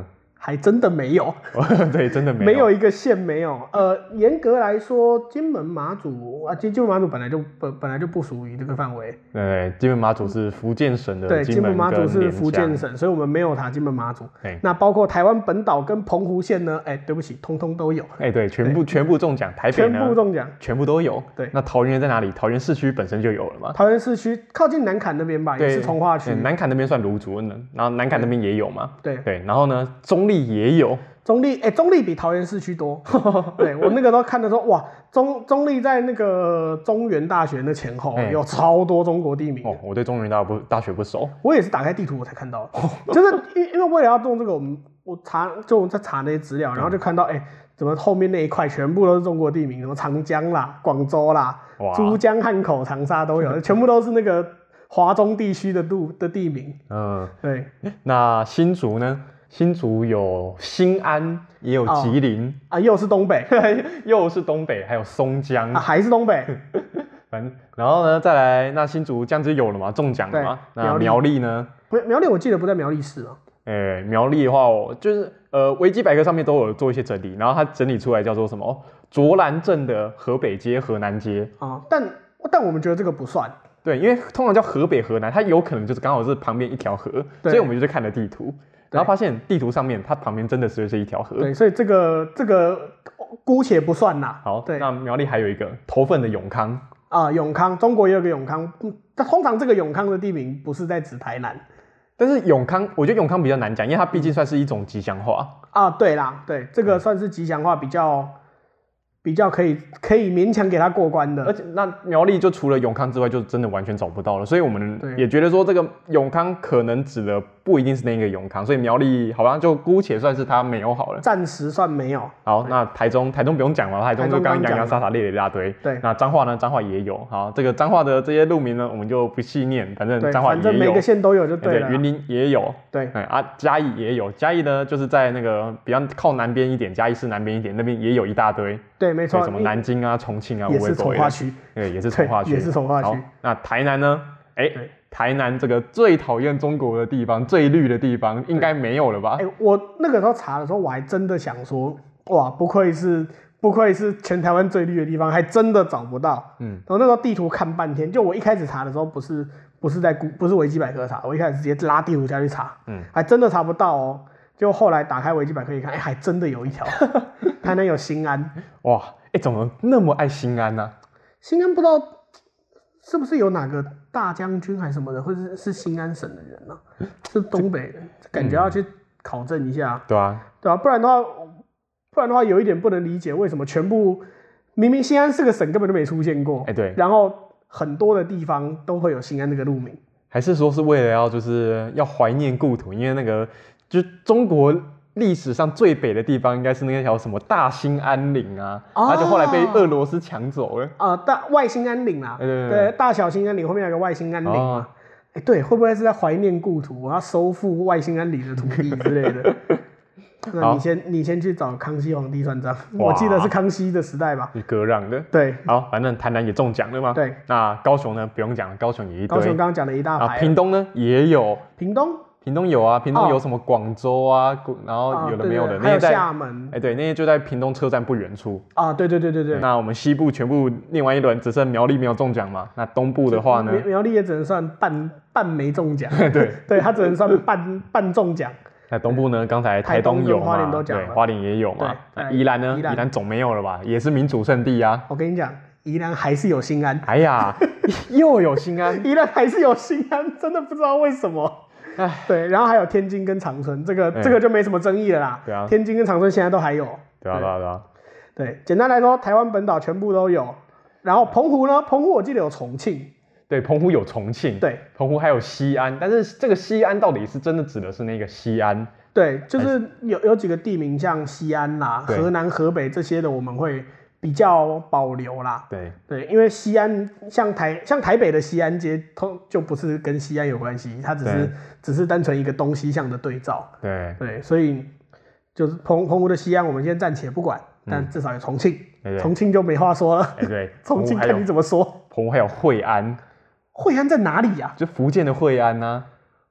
还真的没有。 对，真的没有一个县没有。严格来说，金门马祖啊，金门马祖本来就不属于这个范围。 对，金门马祖是福建省的， 对，金门马祖是福建省，所以我们没有查金门马祖。那包括台湾本岛跟澎湖县呢？对不起，通通都有。 对，全部中奖。台北呢？ 全部中奖， 全部都有。 对， 那桃园在哪里？桃园市区本身就有了嘛。 桃园市区靠近南坎那边吧，也是从化区。 南坎那边算芦竹呢，然后南坎那边也有嘛。 对， 然后呢，中立也有。 中立比桃园市区多。对，我那个时候看的时候，哇，中立在那个中原大学的前后有超多中国地名。 我对中原大学不熟， 我也是打开地图我才看到。就是因为为了要弄这个，我在查那些资料，然后就看到怎么后面那一块全部都是中国地名，什么长江啦、广州啦、珠江、汉口、长沙都有，全部都是那个华中地区的地名。对。 那新竹呢？新竹有新安，也有吉林又是东北， 又是东北，还有松江还是东北。 然后呢，再来那新竹这样子有了嘛，中奖了嘛？那苗栗呢？ 苗栗我记得不在苗栗市啊。 苗栗的话，就是维基百科上面都有做一些整理，然后它整理出来叫做什么卓兰镇的河北街、河南街但我们觉得这个不算。 对，因为通常叫河北、河南，它有可能就是刚好是旁边一条河，所以我们就看了地图。然后发现地图上面它旁边真的是一条河。 对，所以这个姑且不算啦。 好，对。那苗栗还有一个头份的永康永康，中国也有个永康。通常这个永康的地名不是在指台南， 但是永康，我觉得永康比较难讲，因为它毕竟算是一种吉祥话对啦，对，这个算是吉祥话，比较可以勉强给他过关的。 而且那苗栗就除了永康之外，就真的完全找不到了，所以我们也觉得说这个永康可能指的不一定是那个永康，所以苗栗好像就姑且算是它没有好了， 暂时算没有。 好，那台中不用讲了，台中就刚洋洋洒洒列了一大堆。 对， 那彰化呢？彰化也有。好，这个彰化的这些路名呢，我们就不细念，反正彰化也有， 反正每个县都有就对了。 云林也有。 对， 嘉义也有，嘉义呢就是在那个比较靠南边一点，嘉义市南边一点，那边也有一大堆。 对，没错。 什么南京啊、重庆啊， 也是从化区。 对，也是从化区。 也是从化区。 那台南呢？台南这个最讨厌中国的地方、最绿的地方，应该没有了吧？ 我那个时候查的时候，我还真的想说，哇，不愧是全台湾最绿的地方，还真的找不到。然后那时候地图看半天，就我一开始查的时候，不是维基百科查，我一开始直接拉地图下去查，还真的查不到哦。就后来打开维基百科一看，还真的有一条，台南有新安。 哇，怎么那么爱新安呢？ 新安不知道是不是有哪个大将军还是什么的，或者是新安省的人呢？是东北人，感觉要去考证一下。 对啊， 不然的话有一点不能理解，为什么全部明明新安是个省，根本就没出现过。 对， 然后很多的地方都会有新安这个路名， 还是说是为了就是要怀念故土？因为那个就中国历史上最北的地方应该是那条什么大兴安岭啊，而且后来被俄罗斯抢走了。 外兴安岭啦，对，大小兴安岭后面有个外兴安岭嘛。对，会不会是在怀念故土，我要收复外兴安岭的土地之类的？那你先去找康熙皇帝算账，我记得是康熙的时代吧？ 割让的。 对， 好，反正台南也中奖了嘛。 对， 那高雄呢？不用讲，高雄也一堆。 高雄刚刚讲了一大排。 屏东呢也有。 屏东有啊，屏东有什么广州啊，然后有的没有的， 还有厦门。 对，那些就在屏东车站不远处。 对。 那我们西部全部念完一轮，只剩苗栗没有中奖嘛？那东部的话呢？ 苗栗也只能算半没中奖。 对， 它只能算半中奖。 那东部呢？刚才台东有嘛？ 花莲都讲了， 对，花莲也有嘛。那宜兰呢？宜兰总没有了吧？也是民主圣地啊。 我跟你讲，宜兰还是有新安。 哎呀，又有新安， 宜兰还是有新安，真的不知道为什么。对，然后还有天津跟长春，这个就没什么争议了啦。 对啊， 天津跟长春现在都还有。 对啊。 对，简单来说，台湾本岛全部都有。然后澎湖呢？澎湖我记得有重庆。 对，澎湖有重庆。 对， 澎湖还有西安，但是这个西安到底是真的指的是那个西安？ 对，就是有几个地名，像西安啦、河南、河北这些的，我们会比较保留啦。对，因为西安像台北的西安街，就不是跟西安有关系，它只是单纯一个东西向的对照。对，所以就是澎湖的西安，我们先暂且不管，但至少有重庆，重庆就没话说了。 对， 重庆看你怎么说。 澎湖还有惠安。 惠安在哪里呀？ 就福建的惠安啊。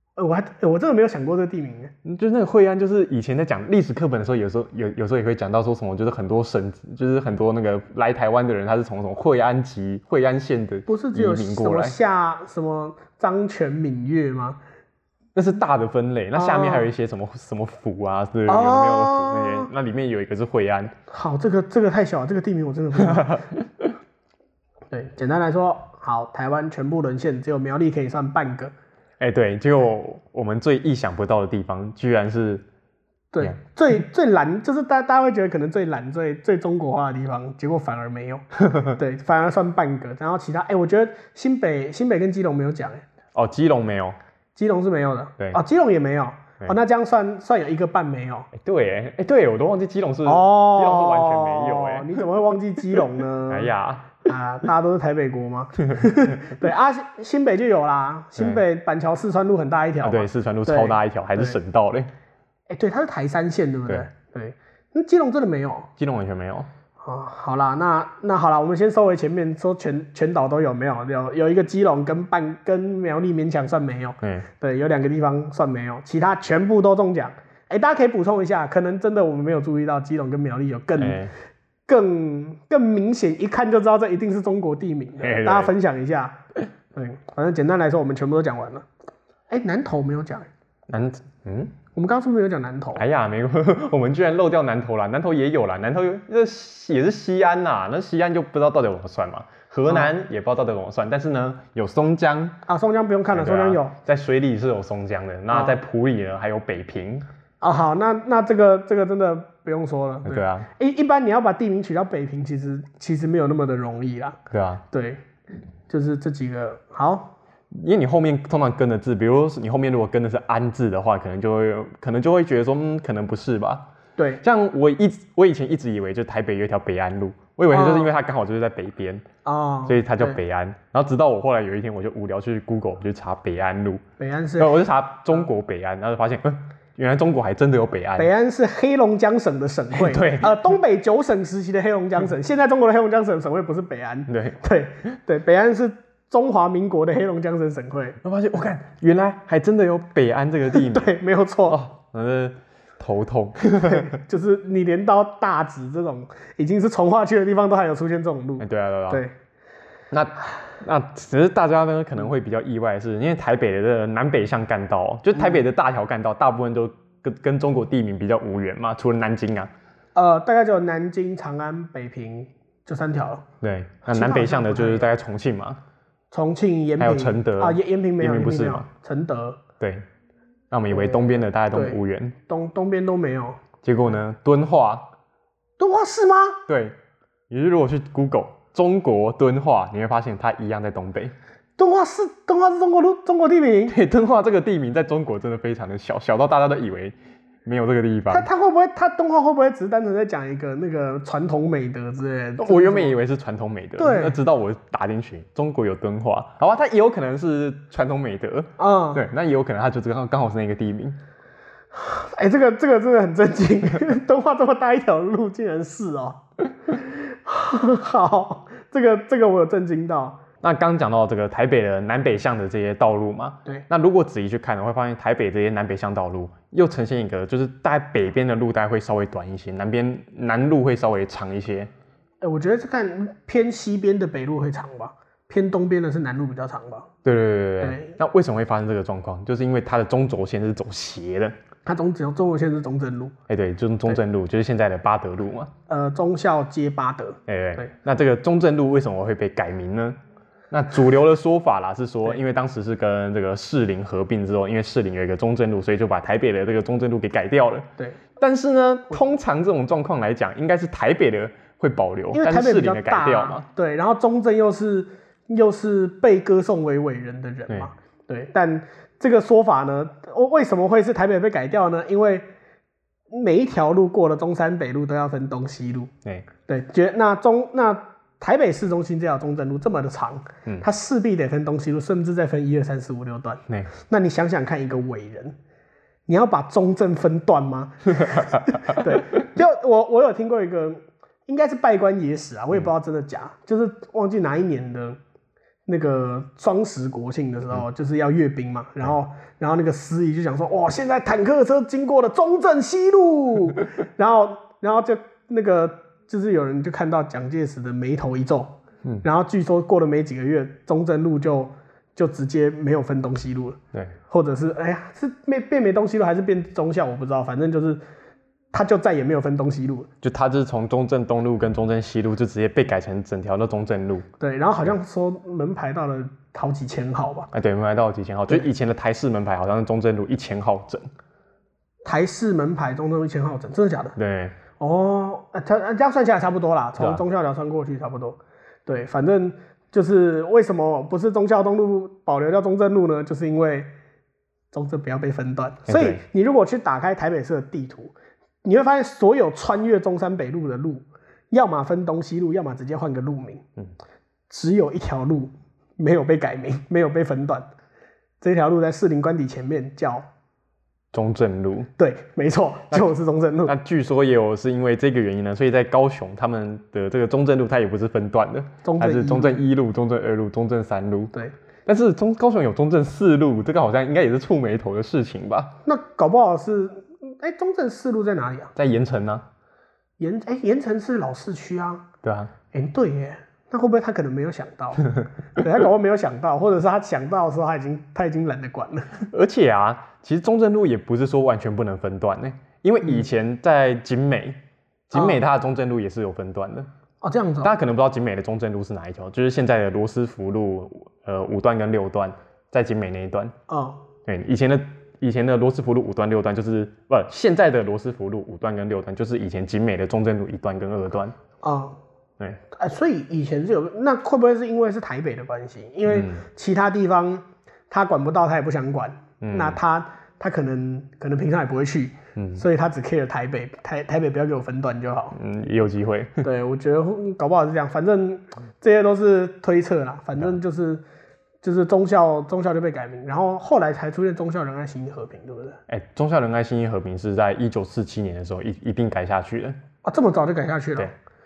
我真的没有想过这个地名。 就是那个惠安，就是以前在讲历史课本的时候，有时候也会讲到说什么，就是很多就是很多那个来台湾的人，他是从什么惠安县的不是只有什么什么漳泉闽粤吗？ 那是大的分类，那下面还有一些什么府啊，是有没有的府那些，那里面有一个是惠安。 好，这个太小了，这个地名我真的不知道。对，简单来说，好，台湾全部沦陷，只有苗栗可以算半个。 对，结果我们最意想不到的地方，居然是对最蓝，就是大家会觉得可能最蓝、最中国化的地方，结果反而没有，对，反而算半个。然后其他，我觉得新北跟基隆没有讲， 基隆没有， 基隆是没有的， 对， 基隆也没有，那这样算有一个半没有， 对，我都忘记基隆是基隆是完全没有， 你怎么会忘记基隆呢？ 哎呀。 大家都是台北国吗？对啊，新北就有啦，新北板桥四川路很大一条， 对，四川路超大一条，还是省道嘞。 对，它是台三线，对不对？对，那基隆真的没有， 基隆完全没有。 好啦，那好啦，我们先收回前面说全岛都有没有一个基隆跟苗栗勉强算没有，对，有2个地方算没有，其他全部都中奖。大家可以补充一下，可能真的我们没有注意到基隆跟苗栗有更明显，一看就知道这一定是中国地名的，大家分享一下。对，反正简单来说，我们全部都讲完了。南投没有讲。我们刚刚是不是没有讲南投？ 哎呀，没有，我们居然漏掉南投啦。南投也有啦，南投也是西安呐，那西安就不知道到底怎么算嘛。河南也不知道到底怎么算，但是呢，有松江啊，松江不用看了，松江有， 在水里是有松江的，那在埔里呢还有北平。 好，那这个真的不用说了。 对啊， 一般你要把地名取到北平，其实没有那么的容易啦。 对啊， 对，就是这几个好。 因为你后面通常跟的字，比如你后面如果跟的是安字的话，可能就会觉得说，可能不是吧？ 对， 像我以前一直以为就台北有一条北安路，我以为就是因为它刚好就是在北边所以它叫北安。然后直到我后来有一天我就无聊去 Google 就查北安路， 北安是， 我就查中国北安，然后就发现，原来中国还真的有北安。 北安是黑龙江省的省会， 对， 东北9省时期的黑龙江省，现在中国的黑龙江省省会不是北安，对，北安是中华民国的黑龙江省省会。 我发现，我看原来还真的有北安这个地名， 对，没有错。 头痛， 就是你连到大直这种已经是从化区的地方，都还有出现这种路。 对啊。那只是大家呢可能会比较意外的是，因为台北的这个南北向干道，就台北的大条干道，大部分都跟中国地名比较无缘嘛，除了南京啊。 大概只有南京、长安、北平就3条了。 对，那南北向的就是大概重庆嘛， 重庆、延平， 还有承德啊，延平没有， 延平不是嘛？ 承德。 对，那我们以为东边的大家都无缘， 东边都没有。 结果呢，敦化是吗？ 对，你如果去 Google 中国敦化，你会发现它一样在东北。 敦化是中国地名。 对，敦化这个地名在中国真的非常的小到大家都以为没有这个地方。 他会不会，敦化会不会只是单纯在讲一个那个传统美德之类的？ 我原本以为是传统美德， 对， 那直到我打进去，中国有敦化，好吧，它也有可能是传统美德，对，那也有可能它就刚好是那个地名。 这个真的很震惊，敦化这么大一条路，竟然是好，这个我有震惊到。 那刚讲到这个台北的南北向的这些道路嘛， 对。 那如果仔细去看，会发现台北这些南北向道路又呈现一个，就是大概北边的路大概会稍微短一些，南路会稍微长一些。 我觉得是看偏西边的北路会长吧，偏东边的是南路比较长吧。 对。那为什么会发生这个状况？就是因为它的中轴线是走斜的。 它中轴线是中正路。 对，就是中正路，就是现在的八德路嘛。 忠孝街八德。 对。那这个中正路为什么会被改名呢？那主流的说法啦是说，因为当时是跟这个士林合并之后，因为士林有一个中正路，所以就把台北的这个中正路给改掉了。 对。 但是呢，通常这种状况来讲，应该是台北的会保留， 因为台北比较但是士林的改掉嘛。 对，然后中正又是被歌颂为伟人的人嘛。对。但这个说法呢，为什么会是台北被改掉呢？因为每一条路过了中山北路都要分东西路。对。那台北市中心这条中正路这么的长，它势必得分东西路，甚至再分1、2、3、4、5、6段。那你想想看，一个伟人，你要把中正分段吗？对，就我有听过一个，应该是拜官野史啊，我也不知道真的假，就是忘记哪一年的那个双十国庆的时候，就是要阅兵嘛，然后那个司仪就讲说，哇，现在坦克车经过了中正西路，然后就那个就是有人就看到蒋介石的眉头一皱，然后据说过了没几个月，中正路就直接没有分东西路了，对，或者是是变没东西路还是变忠孝，我不知道，反正就是。他就再也没有分东西路了， 就他就是从中正东路跟中正西路就直接被改成整条的中正路。 对，然后好像说门牌到了好几千号吧。 对，门牌到了几千号，就以前的台式门牌好像是中正路1000号整。 台式门牌中正路1000号整，真的假的？ 对。 哦，这样算下来差不多啦，从忠孝寮穿过去差不多。对，反正就是为什么不是忠孝东路保留掉中正路呢？就是因为中正不要被分断，所以你如果去打开台北市的地图。你会发现，所有穿越中山北路的路，要么分东西路，要么直接换个路名。只有一条路没有被改名，没有被分段。这条路在士林官邸前面叫中正路。 对，没错，就是中正路。 那据说也有是因为这个原因呢，所以在高雄他们的这个中正路它也不是分段的，它是中正1路、中正2路、中正3路。 对。 但是高雄有中正4路，这个好像应该也是触霉头的事情吧？ 那搞不好是。中正4路在哪里啊？ 在盐埕啊。 盐埕是老市区啊。 对啊。 对耶，那会不会他可能没有想到？对，他搞不好没有想到，或者是他想到的时候他已经懒得管了。 而且啊，其实中正路也不是说完全不能分段呢，因为以前在景美它的中正路也是有分段的。 这样子。 大家可能不知道景美的中正路是哪一条，就是现在的罗斯福路5段跟6段，在景美那一段。对，以前的罗斯福路5段6段就是现在的罗斯福路5段跟6段就是以前景美的中正路1段跟2段。对。 所以以前是有，那会不会是因为是台北的关系？因为其他地方他管不到，他也不想管，那他可能平常也不会去，所以他只 care 台北，台北不要给我分段就好。 也有机会。 对，我觉得搞不好是这样，反正这些都是推测啦，反正就是忠孝就被改名，然后后来才出现忠孝仁爱信义和平，对不对？ 忠孝仁爱信义和平是在1947年的时候一并改下去的。 这么早就改下去了？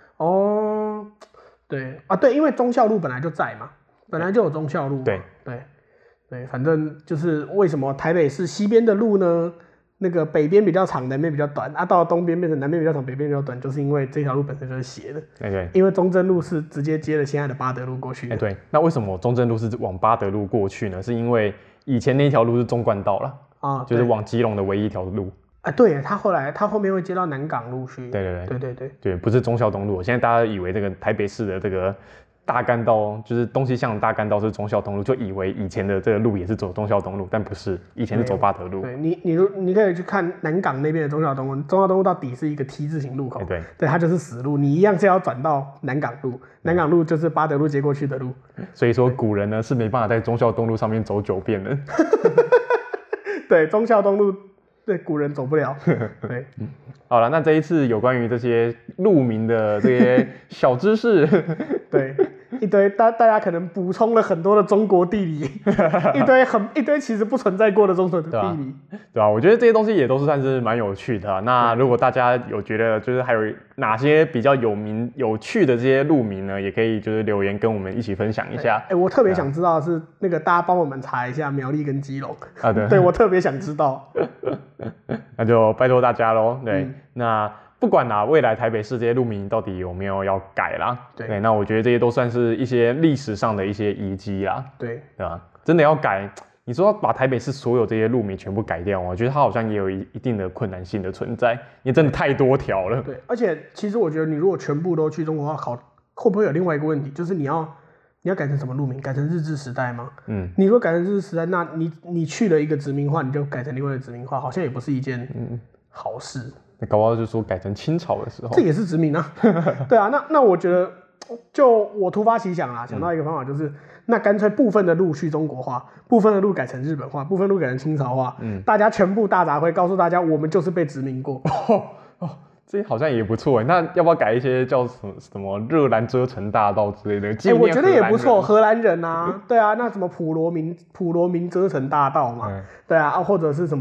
对。对，因为忠孝路本来就在嘛，本来就有忠孝路。对，反正就是为什么台北市西边的路呢？那个北边比较长，南边比较短，到了东边变成南边比较长，北边比较短，就是因为这条路本身就是斜的。对。因为中正路是直接接了现在的八德路过去的。 对。那为什么中正路是往八德路过去呢？是因为以前那条路是中贯道啦，就是往基隆的唯一一条路。 对，他后面会接到南港路去。对， 不是忠孝东路。现在大家以为这个台北市的这个大干道，就是东西向的大干道是忠孝东路，就以为以前的这个路也是走忠孝东路，但不是，以前是走八德路。 对，你可以去看南港那边的忠孝东路，忠孝东路到底是一个 T 字形路口。对，它就是死路，你一样是要转到南港路，南港路就是八德路接过去的路。 所以说古人呢是没办法在忠孝东路上面走9遍的。 对，忠孝东路。对，古人走不了。对。 好了，那这一次有关于这些路名的这些小知识， 对，一堆大家可能补充了很多的中国地理，一堆其实不存在过的中国地理， 对吧？我觉得这些东西也都是算是蛮有趣的。那如果大家有觉得就是还有哪些比较有趣的这些路名呢，也可以就是留言跟我们一起分享一下。 我特别想知道的是那个大家帮我们查一下苗栗跟基隆对，我特别想知道。 那就拜托大家咯。对，那不管未来台北市这些路名到底有没有要改啦，对，那我觉得这些都算是一些历史上的一些遗迹啦，对吧？真的要改，你说要把台北市所有这些路名全部改掉，我觉得它好像也有一定的困难性的存在，因为真的太多条了。 对，而且其实我觉得你如果全部都去中国化，会不会有另外一个问题，就是你要改成什么路名？改成日治时代吗？你如果改成日治时代，那你去了一个殖民化，你就改成另外一个殖民化，好像也不是一件好事。 那搞不好就说改成清朝的时候， 这也是殖民啊。对啊，那我觉得，就我突发奇想啦，想到一个方法，就是那干脆部分的路去中国化，部分的路改成日本化，部分路改成清朝化，大家全部大杂烩，告诉大家我们就是被殖民过。 这好像也不错哎，那要不要改一些叫什么热兰遮城大道之类的？ 我觉得也不错，荷兰人啊，对啊，那什么普罗民遮城大道嘛，对啊，或者是什么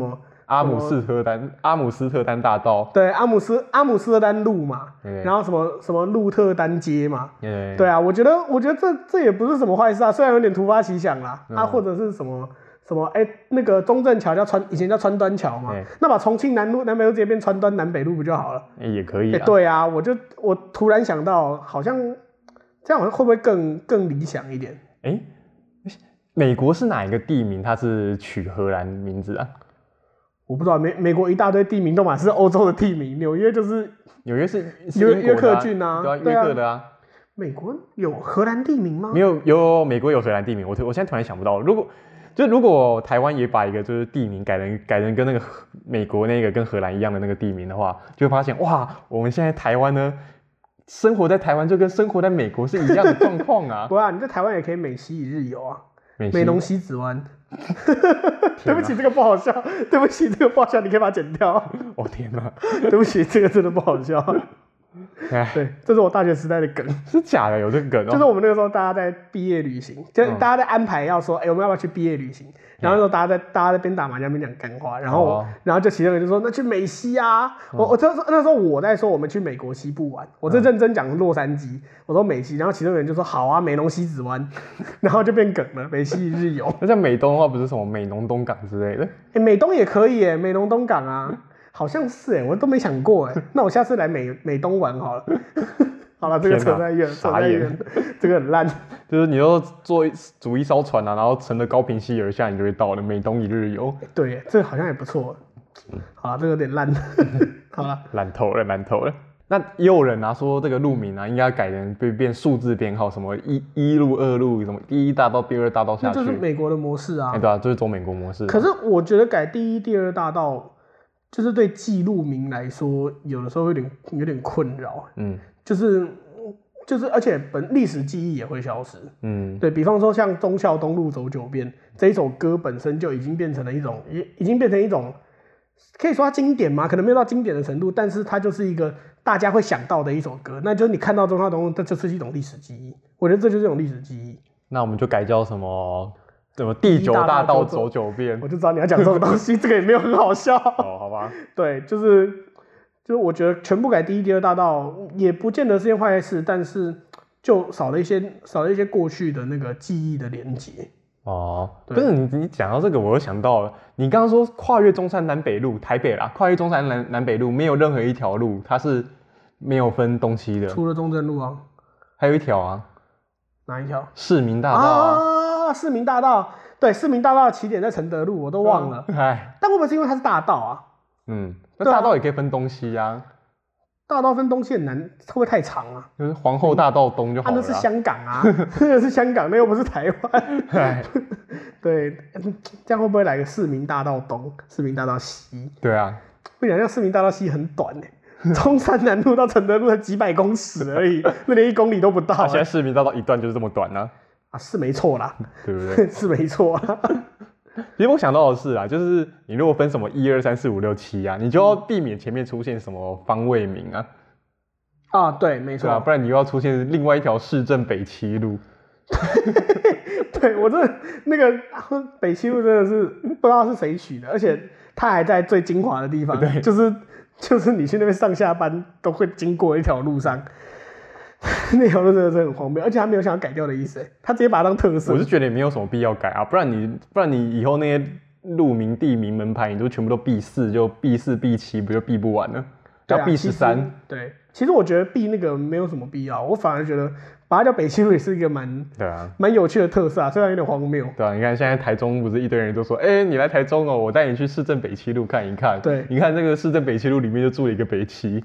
阿姆斯特丹大道， 对，阿姆斯特丹路嘛，然后什么鹿特丹街嘛，对啊，我觉得这也不是什么坏事啊，虽然有点突发奇想啦，或者是什么那个中正桥以前叫川端桥嘛，那把重庆南北路直接变川端南北路不就好了？ 也可以啊。 对啊，我突然想到，好像这样好像会不会更理想一点？ 美国是哪一个地名它是取荷兰名字啊？ 我不知道，美国一大堆地名都嘛是欧洲的地名，纽约是约克郡啊， 对啊，约克的啊。 美国有荷兰地名吗？ 没有，美国有荷兰地名。我现在突然想不到，如果台湾也把一个就是地名改成跟那个美国那个跟荷兰一样的那个地名的话，就会发现哇，我们现在台湾呢，生活在台湾就跟生活在美国是一样的状况啊。 不啊，你在台湾也可以美西一日游啊，美浓西子湾。对不起，这个不好笑。对不起，这个不好笑，你可以把它剪掉。 哦天哪， 对不起，这个真的不好笑。对，这是我大学时代的梗。 是假的，有这个梗哦。 就是我们那个时候大家在毕业旅行，就大家在安排要说，我们要不要去毕业旅行？然后那时候大家在边打麻将边讲干话，然后就其中人就说那去美西啊。那时候我在说我们去美国西部玩，我在认真讲洛杉矶，我说美西，然后其中人就说好啊，美浓西子湾，然后就变梗了，美西一日游。 那像美东的话，不是什么美浓东港之类的？ 美东也可以美浓东港啊。好像是我都没想过那我下次来美东玩好了。好了，这个扯太远，这个很烂。 就是你都煮一艘船啊，然后乘着高屏溪而下，你就会到了美东一日游。 对，这个好像也不错。好了，这个有点烂。好了， 烂透了。那也有人说这个路名应该改成变数字编号，什么一路、2路，什么第1大道、第2大道下去。 那就是美国的模式啊。 对啊，就是走美国模式。 可是我觉得改第1、第2大道。就是对记路名来说，有的时候有点困扰，就是而且历史记忆也会消失，对，比方说像忠孝东路走9遍这一首歌本身就已经变成一种，可以说它经典吗？可能没有到经典的程度，但是它就是一个大家会想到的一首歌，那就是你看到忠孝东路，这就是一种历史记忆，我觉得这就是一种历史记忆。 那我们就改叫什么第9大道走9遍， 我就知道你要讲这种东西，这个也没有很好笑。 好吧。 对，就是我觉得全部改第1、第2大道也不见得是件坏事，但是就少了一些过去的那个记忆的连结。 不是你讲到这个，我又想到了，你刚刚说跨越中山南北路，台北啦，跨越中山南北路没有任何一条路它是没有分东西的， 除了中正路啊， 还有一条啊。哪一条？ 市民大道啊。 市民大道，对，市民大道的起点在承德路，我都忘了。但会不会是因为它是大道啊？ 那大道也可以分东西啊。 大道分东西很难，会不会太长啊？ 就是皇后大道东就好了。 那是香港啊，那是香港，那又不是台湾。对，这样会不会来个市民大道东、市民大道西？ 对啊。 我想市民大道西很短中山南路到承德路才几百公尺而已，那连1公里都不到。 现在市民大道一段就是这么短啊。 是没错啦， 对不对？ 是没错啊。 其实我想到的是就是你如果分什么1、2、3、4、5、6、7啊，你就要避免前面出现什么方位名啊。 对，没错。 不然你又要出现另外一条市政北七路。 对，我真的那个北七路真的是不知道是谁取的，而且它还在最精华的地方，就是你去那边上下班都会经过一条路上。那条路真的是很荒谬，而且他没有想要改掉的意思，他直接把它当特色。 我是觉得也没有什么必要改啊，不然你以后那些路名、地名、门牌，你都全部都B4，就B4、B7，不就避不完了？要B13。 对，其实我觉得避那个没有什么必要，我反而觉得把它叫北七路也是一个蛮有趣的特色啊，虽然有点荒谬。 对啊，你看现在台中不是一堆人都说，你来台中我带你去市政北七路看一看。 对， 你看这个市政北七路里面就住了一个北七。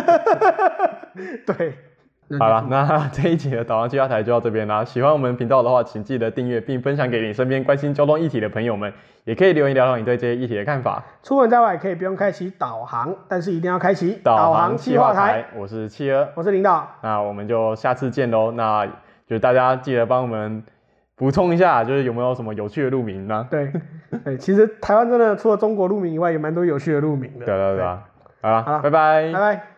对。 好了，那这一集的导航计划台就到这边啦。喜欢我们频道的话，请记得订阅并分享给你身边关心交通议题的朋友们，也可以留言聊聊你对这些议题的看法。 出门在外可以不用开启导航，但是一定要开启导航计划台。我是企鹅， 我是领导， 那我们就下次见喽。那就是大家记得帮我们补充一下，就是有没有什么有趣的路名呢？ 对，其实台湾真的除了中国路名以外，也蛮多有趣的路名的。 对。好了，拜拜。 拜拜。